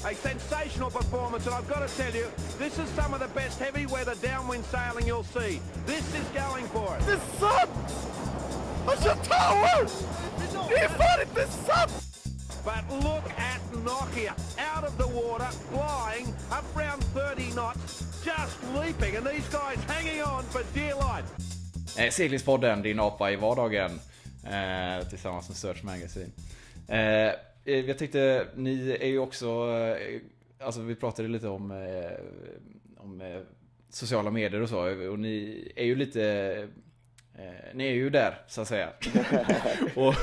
A sensational performance, and I've got to tell you, this is some of the best heavy weather downwind sailing you'll see. This is going for it. Det är sant! Han kör tower! Det är fan inte sant! But look at Nokia, out of the water, flying, up round 30 knots, just leaping, and these guys hanging on for dear life. Seglingspodden, din apa i vardagen, tillsammans med Search Magazine. Jag tyckte, ni är ju också, alltså vi pratade lite om sociala medier och så, och ni är ju lite, ni är ju där så att säga. Och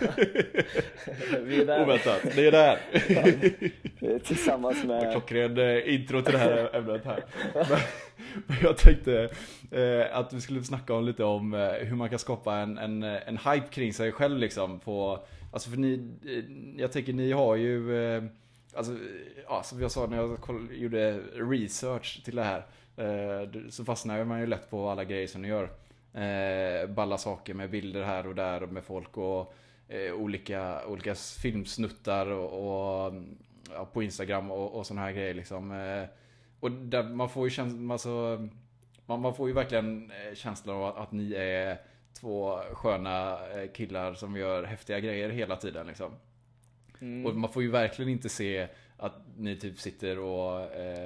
vi är där. Oväntat, ni är där. Tillsammans med klockren intro till det här ämnet här. Men jag tänkte att vi skulle snacka om lite om hur man kan skapa en hype kring sig själv liksom på, alltså för ni, jag tänker ni har ju alltså, ja, som jag sa när jag gjorde research till det här, så fastnar man ju lätt på alla grejer som ni gör, balla saker med bilder här och där och med folk och olika filmsnuttar och ja, på Instagram och såna här grejer liksom, och där man får ju alltså, man får ju verkligen känslan av att ni är två sköna killar som gör häftiga grejer hela tiden liksom. Och man får ju verkligen inte se att ni typ sitter och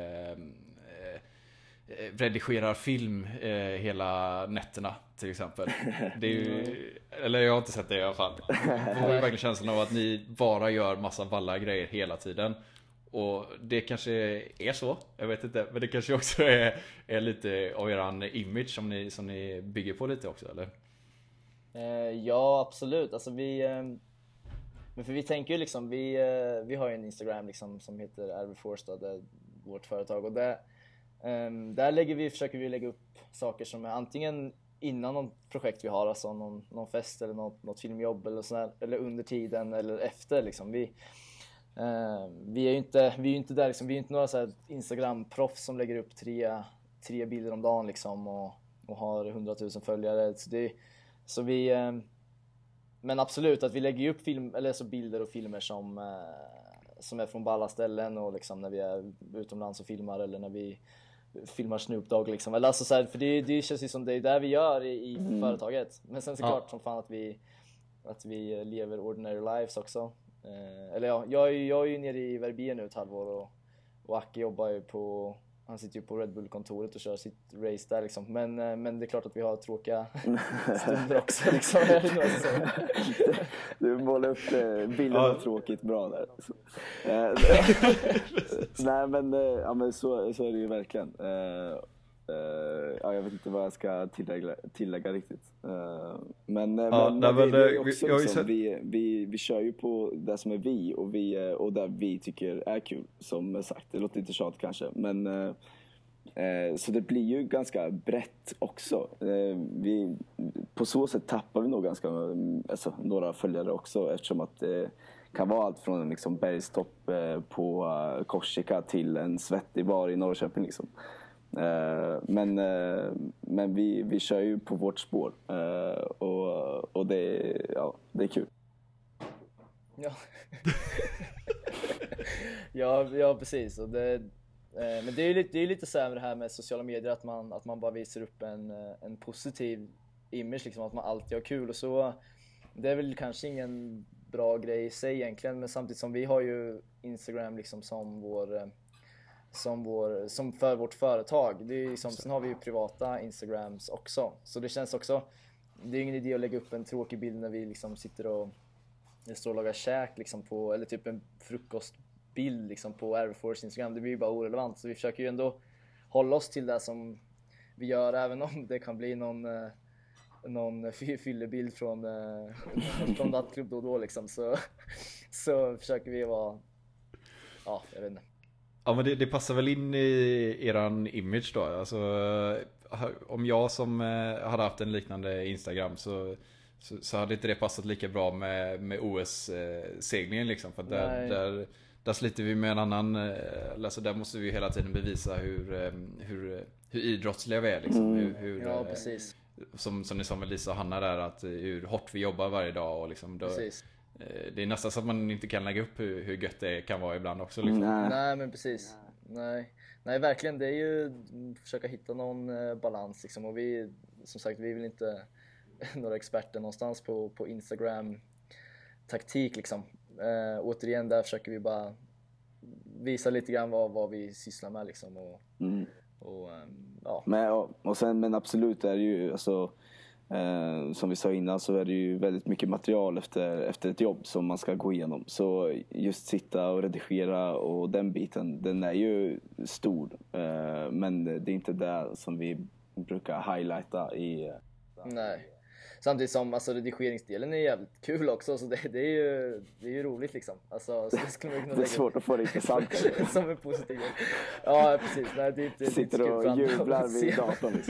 redigerar film hela nätterna till exempel. Det är ju, eller jag har inte sett det i alla fall. Man får ju verkligen känslan av att ni bara gör massa balla grejer hela tiden. Och det kanske är så, jag vet inte, men det kanske också är lite av eran image som ni bygger på lite också, eller? Ja, absolut. Alltså men för vi tänker ju liksom, vi har ju en Instagram liksom som heter RV4 då, det är vårt företag, och där försöker vi lägga upp saker som är antingen innan någon projekt vi har, alltså någon fest eller något filmjobb eller sådär, eller under tiden eller efter liksom. Vi är ju inte där liksom, vi är inte några så här Instagram-proffs som lägger upp tre bilder om dagen liksom och har 100 000 följare, så men absolut att vi lägger ju upp bilder och filmer som är från balla ställen, och liksom när vi är utomlands och filmar, eller när vi filmar Snoop Dogg liksom, eller alltså så här, för det känns ju som det är där vi gör i företaget. Men sen såklart som fan att vi lever ordinary lives också. Eller ja, jag är ju nere i Verbier nu ett halvår, och Aki jobbar ju han sitter ju på Red Bull-kontoret och kör sitt race där liksom. Men det är klart att vi har tråkiga stunder också liksom. Du målar upp bilden av tråkigt bra där. Nej men så är det ju verkligen. Ja, jag vet inte vad jag ska tillägga riktigt. Men vi kör ju på det som är vi och där vi tycker är kul, som sagt. Det låter lite tjat kanske, men så det blir ju ganska brett också. På så sätt tappar vi nog ganska några följare också, eftersom att det kan vara allt från en liksom bergstopp på Korsika till en svettig bar i Norrköping liksom. Men vi kör ju på vårt spår, och det är kul. Ja precis, och men det är lite så här med det här med sociala medier, att man bara visar upp en positiv image liksom, att man alltid har kul, och så det är väl kanske ingen bra grej i sig egentligen, men samtidigt som vi har ju Instagram liksom som för vårt företag. Det är liksom, sen har vi ju privata Instagrams också. Så det känns också, det är ingen idé att lägga upp en tråkig bild när vi liksom sitter och står och lagar käk liksom på, eller typ en frukostbild liksom på RV4 Instagram. Det blir ju bara orelevant. Så vi försöker ju ändå hålla oss till det som vi gör, även om det kan bli någon fyllebild från nattklubb då och då liksom. Så försöker vi vara, ja, jag vet inte. Ja, men det passar väl in i eran image då. Alltså, om jag som hade haft en liknande Instagram så hade inte det passat lika bra med OS-seglingen liksom. För där sliter vi med en annan, alltså där måste vi hela tiden bevisa hur idrottsliga vi är liksom. Ja, precis. Som ni sa med Lisa och Hanna där, att hur hårt vi jobbar varje dag och liksom det är nästan så att man inte kan lägga upp hur gött det kan vara ibland också liksom. Nej men precis. Nej verkligen, det är ju försöka hitta någon balans liksom. Och vi, som sagt, vi är väl inte några experter någonstans på Instagram taktik liksom. Återigen, där försöker vi bara visa lite grann vad vi sysslar med liksom. Ja. Men absolut är det ju alltså, som vi sa innan, så är det ju väldigt mycket material efter ett jobb som man ska gå igenom. Så just sitta och redigera och den biten, den är ju stor. Men det är inte det som vi brukar highlighta i... Nej. Samtidigt som alltså, redigeringsdelen är jävligt kul också, så det är ju roligt liksom. Alltså, så det skulle man kunna det är svårt att få det intressant. som en positiv grej. Ja, precis. Nej, det är inte, sitter det är och jublar vid datorn liksom.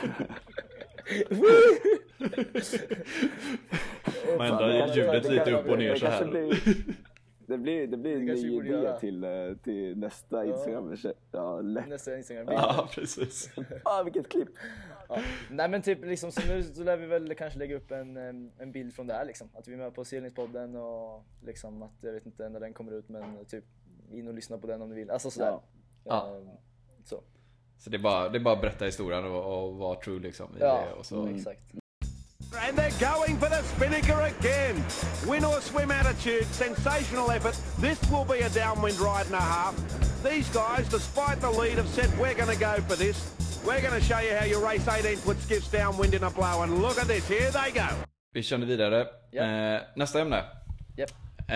Man ändrar ljudet lite upp och ner så här. Det blir en ny idé till nästa Instagram. Ja, lätt. Nästa Instagram. Ja, precis. Vilket klipp. Ja. Nej men typ liksom, så nu så lär vi väl kanske lägga upp en bild från det här liksom. Att vi är med på Seglingspodden och liksom att, jag vet inte när den kommer ut, men typ in och lyssna på den om ni vill. Alltså sådär. Ja. Så det är bara att berätta historien och vara true liksom i det och så. Exakt. And they're going for the spinnaker again. Win or swim attitude, sensational effort. This will be a downwind ride and a half. These guys, despite the lead, have said we're going to go for this. We're going to show you how you race 18 foot skiffs downwind in a blow. And look at this, here they go. Vi kör vidare. Yep. Nästa ämne. Yep.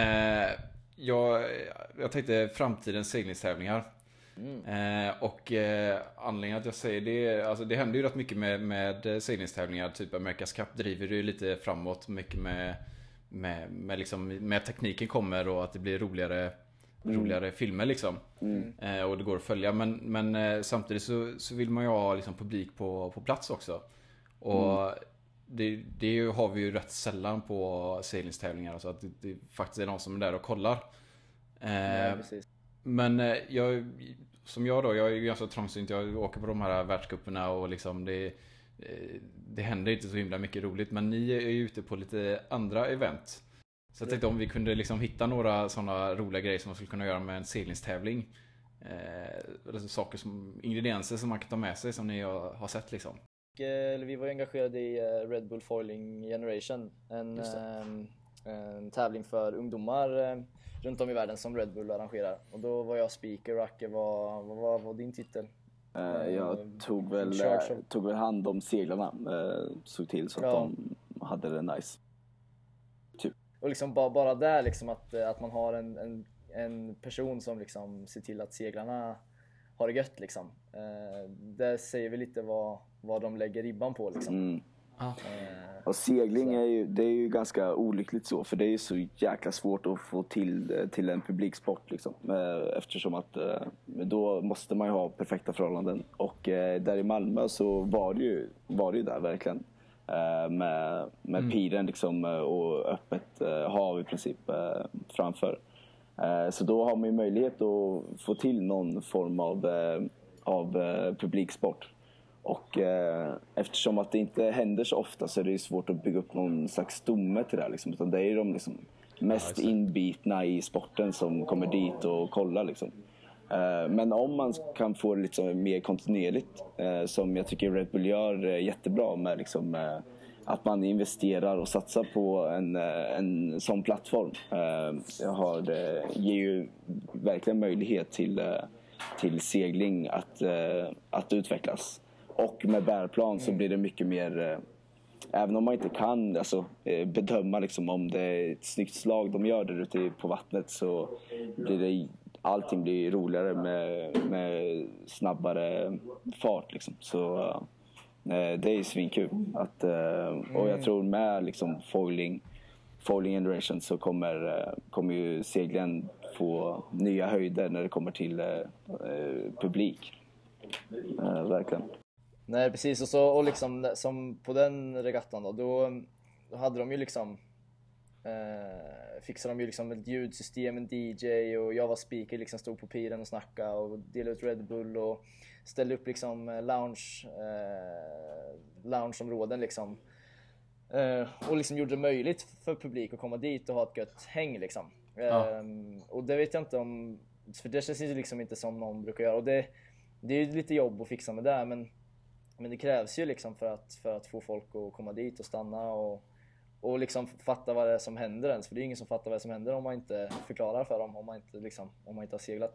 Jag tänkte framtidens seglingstävlingar. Och anledningen att jag säger det, alltså det händer ju rätt mycket med seglingstävlingar. Typ America's Cup driver ju lite framåt. Mycket med tekniken kommer och att det blir roligare filmer liksom. Och det går att följa. Men samtidigt så vill man ju ha liksom publik på plats också. Och det har vi ju rätt sällan på seglingstävlingar. Så att det faktiskt är någon som är där och kollar. Ja, precis. Men jag är ju ganska trångsynt. Jag åker på de här världscuperna och liksom det händer inte så himla mycket roligt. Men ni är ju ute på lite andra event. Så jag tänkte om vi kunde liksom hitta några sådana roliga grejer som man skulle kunna göra med en seglingstävling. Eller saker som ingredienser som man kan ta med sig som ni har sett liksom. Vi var engagerade i Red Bull Foiling Generation. En tävling för ungdomar runt om i världen som Red Bull arrangerar. Och då var jag speaker och Acke, vad var din titel? Jag tog väl hand om seglarna. Såg till så att de hade det nice. Typ. Och liksom bara där liksom att man har en person som liksom ser till att seglarna har det gött liksom. Det säger vi lite vad de lägger ribban på liksom. Och segling är ju ganska olyckligt så, för det är ju så jäkla svårt att få till en publiksport liksom. Eftersom att då måste man ju ha perfekta förhållanden. Och där i Malmö så var det ju där verkligen. Med piren liksom, och öppet hav i princip framför. Så då har man ju möjlighet att få till någon form av publiksport. Och eftersom att det inte händer så ofta så är det ju svårt att bygga upp någon slags stomme till det här liksom. Utan det är de liksom mest inbitna i sporten som kommer dit och kollar liksom. Men om man kan få det lite mer kontinuerligt, som jag tycker Red Bull gör jättebra med liksom, att man investerar och satsar på en sån plattform. Ger ju verkligen möjlighet till segling att utvecklas. Och med bärplan så blir det mycket mer, även om man inte kan bedöma liksom, om det är ett snyggt slag de gör där ute på vattnet, så blir allting blir roligare med snabbare fart liksom. Så det är svinkul och jag tror med liksom foiling generation så kommer ju seglingen få nya höjder när det kommer till publik. Verkligen. Nej precis, och liksom som på den regattan då hade de ju liksom fixade de ju liksom ett ljudsystem, en DJ, och jag var speaker, liksom stod på piren och snackade och delade ut Red Bull och ställde upp liksom loungeområden liksom. och liksom gjorde det möjligt för publik att komma dit och ha ett gött häng liksom. Och det vet jag inte om, för det känns ju liksom inte som någon brukar göra, och det är ju lite jobb att fixa med det, men det krävs ju liksom för att få folk att komma dit och stanna och liksom fatta vad det är som händer ens, för det är ingen som fattar vad det är som händer om man inte förklarar för dem, om man inte har seglat.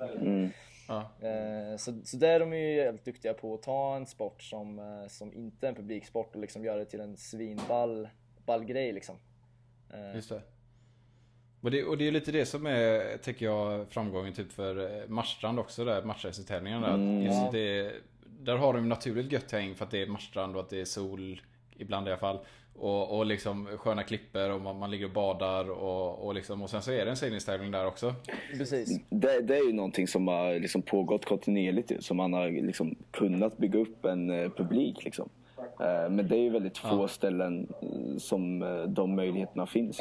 Så där är de ju jävligt duktiga på att ta en sport som inte är en publiksport och liksom göra det till en svinball grej liksom. Just det. Och det är lite det som är, tycker jag, framgången typ för Marstrand också där, matchracertävlingarna där. Där har de naturligt gött häng för att det är Marstrand och att det är sol ibland i alla fall. Och liksom sköna klipper och man ligger och badar och sen så är det en seglingstävling där också. Precis. Det är ju någonting som har liksom pågått kontinuerligt, som man har liksom kunnat bygga upp en publik liksom. Men det är ju väldigt få ställen som de möjligheterna finns.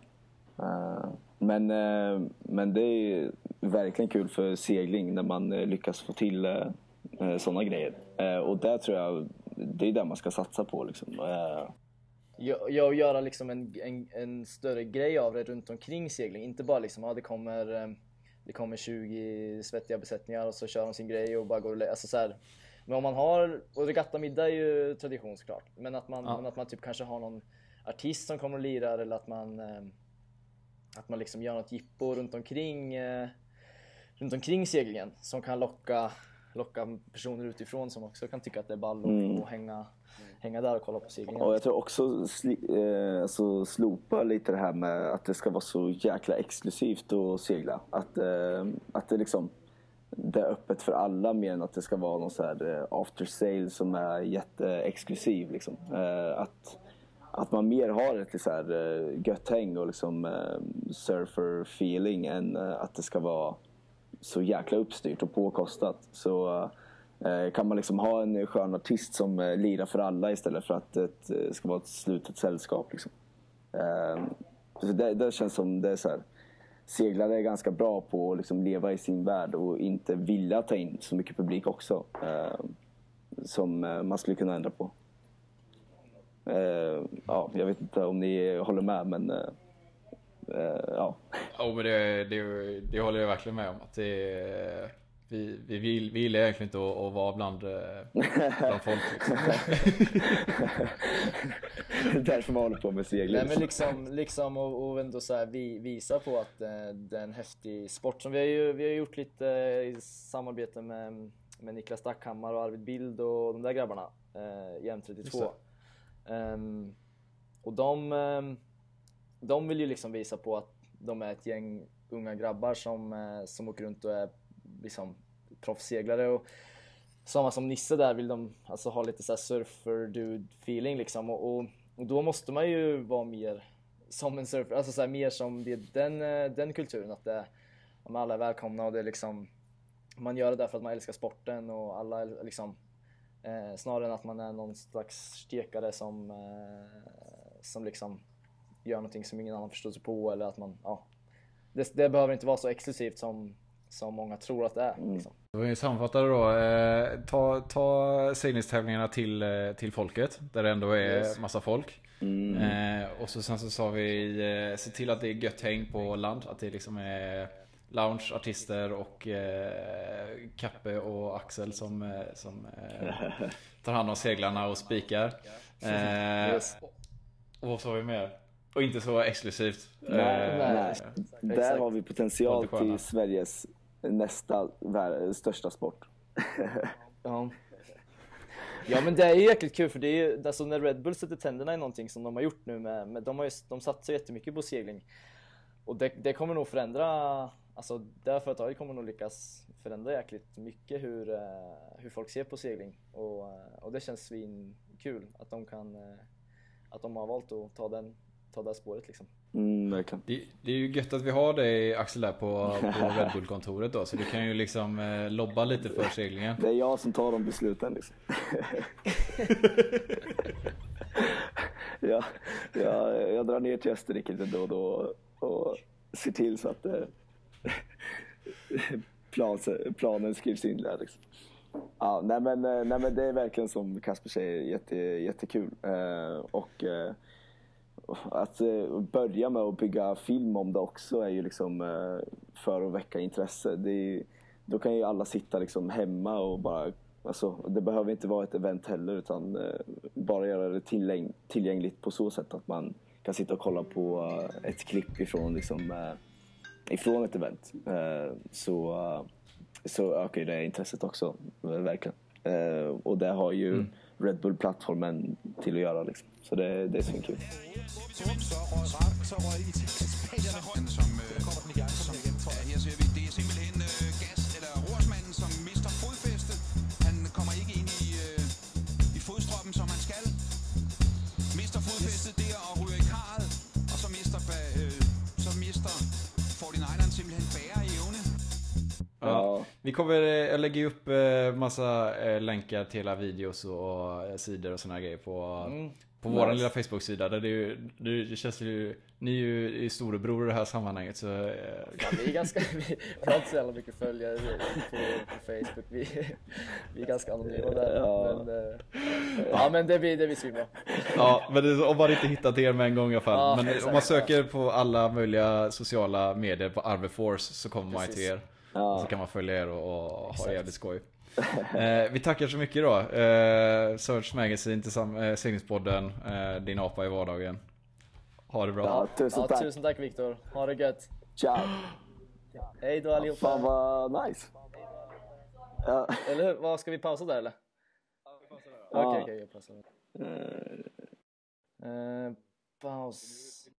Men det är verkligen kul för segling när man lyckas få till sådana grejer. Och där tror jag det är där man ska satsa på liksom. Jag göra liksom en större grej av det runt omkring segling, inte bara liksom det kommer 20 svettiga besättningar och så kör de sin grej och bara går och alltså så här. Men om man har, och regattamiddag är ju tradition såklart, men att man typ kanske har någon artist som kommer och lirar, eller att man liksom gör något jippo runt omkring seglingen som kan locka personer utifrån som också kan tycka att det är ball och hänga där och kolla på seglingen. Och jag tror också alltså slopa lite det här med att det ska vara så jäkla exklusivt att segla. Att det liksom det är öppet för alla, mer än att det ska vara någon så här after sale som är jätteexklusiv liksom. Att man mer har ett så här gött häng och liksom surfer feeling än att det ska vara så jäkla uppstyrt och påkostat. Så kan man liksom ha en skön artist som lirar för alla istället för att det ska vara ett slutet sällskap liksom. Så det känns som det är så här, seglare är ganska bra på att liksom leva i sin värld och inte vilja ta in så mycket publik också, som man skulle kunna ändra på. Ja, jag vet inte om ni håller med, men ja. Ja, men det håller jag verkligen med om. Att vi gillar egentligen inte att vara bland folk liksom. Därför man håller på med segling. Nej, men liksom och ändå så här, visa på att det är en häftig sport. Som vi har gjort lite i samarbete med Niklas Stackhammar och Arvid Bild och de där grabbarna i M32. Och de vill ju liksom visa på att de är ett gäng unga grabbar som åker runt och är liksom proffsseglare, och samma som Nisse där vill de alltså ha lite så här surfer dude feeling liksom, och då måste man ju vara mer som en surfer, alltså så här, mer som den kulturen, att alla är välkomna och det är liksom, man gör det därför att man älskar sporten och alla liksom, snarare än att man är någon slags stekare som liksom gör någonting som ingen annan förstår sig på, eller att man, det behöver inte vara så exklusivt som många tror att det är liksom. Då vi sammanfattar då, ta seglingstävlingarna till folket där det ändå är massa folk. Och så sen så sa vi se till att det är gött häng på land, att det liksom är lounge, artister och Kappe och Axel som tar hand om seglarna och spikar. Och vad sa vi mer? Och inte så exklusivt. Nej. Där har vi potential till Sveriges nästa största sport. Ja, men det är ju jäkligt kul, för det är ju alltså, när Red Bull sätter tänderna i någonting som de har gjort nu med de satsar jättemycket på segling. Och det kommer nog förändra, alltså det företaget kommer nog lyckas förändra jäkligt mycket hur folk ser på segling, och det känns kul att de har valt att ta det spåret liksom. Verkligen. Det är ju gött att vi har dig, Axel, där på Red Bull-kontoret då, så du kan ju liksom lobba lite för seglingen. Det är jag som tar de besluten liksom. Jag drar ner till Österrike lite då och ser till så att planen skrivs in där liksom. Ja, nej men det är verkligen som Kasper säger jättekul. Och att börja med att bygga film om det också är ju liksom för att väcka intresse. Då kan ju alla sitta liksom hemma och bara, alltså, det behöver inte vara ett event heller, utan bara göra det tillgängligt på så sätt att man kan sitta och kolla på ett klipp ifrån liksom, ifrån ett event. Så ökar det intresset också, verkligen. Och det har ju Red Bull-plattformen till att göra liksom. Så det är så kul. Her ser vi, det er simpelthen Gas, eller Rorsmanden, som mister fodfæstet. Han kommer ikke ind i fodstrømmen, som han skal. Mister fodfæstet der og ryger i karret. Og så mister 49eren simpelthen bære i evne. Ja. Jag lägger upp massa länkar till alla videos och sidor och såna här grejer på vår lilla Facebook-sida där det känns ju, ni är ju i storebror i det här sammanhanget, så ja, vi är ganska vi har inte så jävla mycket följare på Facebook. Vi är ganska anonyma där. Men det blir svinbra. Ja, men om man inte hittat er med en gång i alla fall. Men exakt, om man söker på alla möjliga sociala medier på Arveforce så kommer man till er. Så kan man följa er och ha jävligt skoj. Vi tackar så mycket då. Search Magazine tillsammans, Seglingspodden, din apa i vardagen. Ha det bra. Ja, tusen tack Viktor. Ha det gött. Ciao. Hej då allihopa. Fan vad nice. Eller hur? Vad ska vi pausa där eller? Okej, jag pausar. Paus.